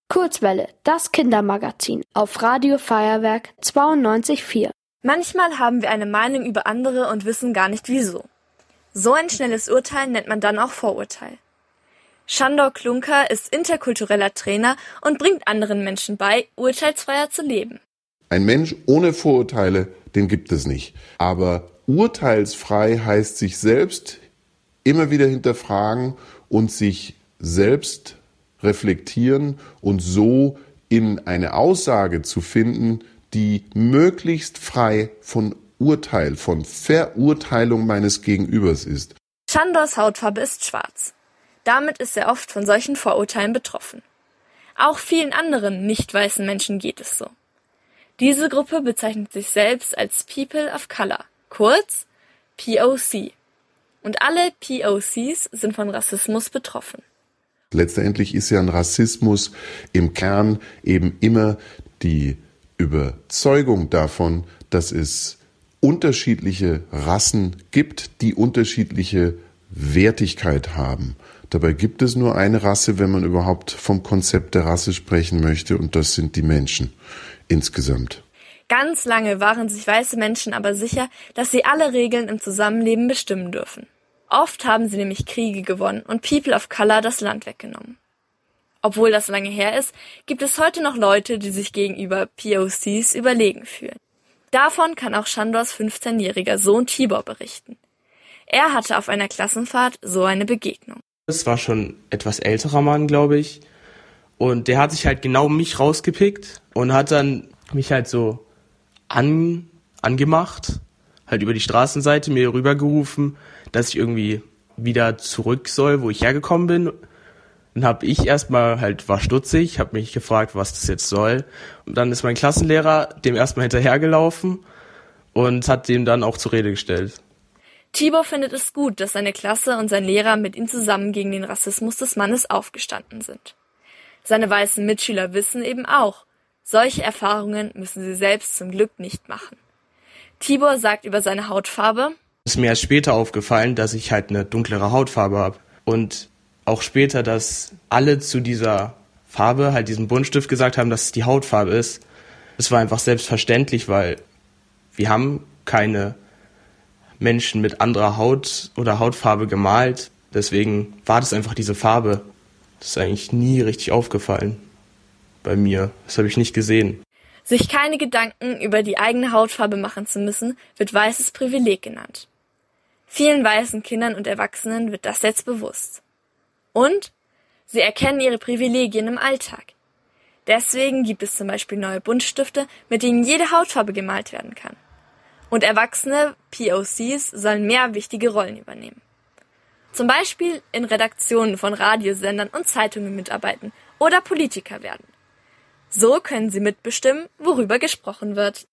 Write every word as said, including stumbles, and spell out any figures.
Kurzwelle, das Kindermagazin auf Radio Feuerwerk zweiundneunzig Komma vier. Manchmal haben wir eine Meinung über andere und wissen gar nicht wieso. So ein schnelles Urteil nennt man dann auch Vorurteil. Sándor Klunker ist interkultureller Trainer und bringt anderen Menschen bei, urteilsfreier zu leben. Ein Mensch ohne Vorurteile, den gibt es nicht. Aber urteilsfrei heißt sich selbst immer wieder hinterfragen und sich selbst reflektieren und so in eine Aussage zu finden, die möglichst frei von Urteil, von Verurteilung meines Gegenübers ist. Sándors Hautfarbe ist schwarz. Damit ist er oft von solchen Vorurteilen betroffen. Auch vielen anderen nicht weißen Menschen geht es so. Diese Gruppe bezeichnet sich selbst als People of Color, kurz P O C. Und alle P O Cs sind von Rassismus betroffen. Letztendlich ist ja ein Rassismus im Kern eben immer die Überzeugung davon, dass es unterschiedliche Rassen gibt, die unterschiedliche Wertigkeit haben. Dabei gibt es nur eine Rasse, wenn man überhaupt vom Konzept der Rasse sprechen möchte, und das sind die Menschen insgesamt. Ganz lange waren sich weiße Menschen aber sicher, dass sie alle Regeln im Zusammenleben bestimmen dürfen. Oft haben sie nämlich Kriege gewonnen und People of Color das Land weggenommen. Obwohl das lange her ist, gibt es heute noch Leute, die sich gegenüber P O Cs überlegen fühlen. Davon kann auch Sándors fünfzehnjähriger Sohn Tibor berichten. Er hatte auf einer Klassenfahrt so eine Begegnung. Es war schon ein etwas älterer Mann, glaube ich. Und der hat sich halt genau mich rausgepickt und hat dann mich halt so an, angemacht, halt über die Straßenseite mir rübergerufen, dass ich irgendwie wieder zurück soll, wo ich hergekommen bin. Dann habe ich erstmal halt, war stutzig, habe mich gefragt, was das jetzt soll. Und dann ist mein Klassenlehrer dem erstmal hinterhergelaufen und hat dem dann auch zur Rede gestellt. Tibor findet es gut, dass seine Klasse und sein Lehrer mit ihm zusammen gegen den Rassismus des Mannes aufgestanden sind. Seine weißen Mitschüler wissen eben auch, solche Erfahrungen müssen sie selbst zum Glück nicht machen. Tibor sagt über seine Hautfarbe: Es ist mir erst später aufgefallen, dass ich halt eine dunklere Hautfarbe habe. Und auch später, dass alle zu dieser Farbe, halt diesem Buntstift, gesagt haben, dass es die Hautfarbe ist. Es war einfach selbstverständlich, weil wir haben keine Menschen mit anderer Haut oder Hautfarbe gemalt. Deswegen war das einfach diese Farbe. Das ist eigentlich nie richtig aufgefallen bei mir. Das habe ich nicht gesehen. Sich keine Gedanken über die eigene Hautfarbe machen zu müssen, wird weißes Privileg genannt. Vielen weißen Kindern und Erwachsenen wird das jetzt bewusst. Und sie erkennen ihre Privilegien im Alltag. Deswegen gibt es zum Beispiel neue Buntstifte, mit denen jede Hautfarbe gemalt werden kann. Und erwachsene P O Cs sollen mehr wichtige Rollen übernehmen. Zum Beispiel in Redaktionen von Radiosendern und Zeitungen mitarbeiten oder Politiker werden. So können sie mitbestimmen, worüber gesprochen wird.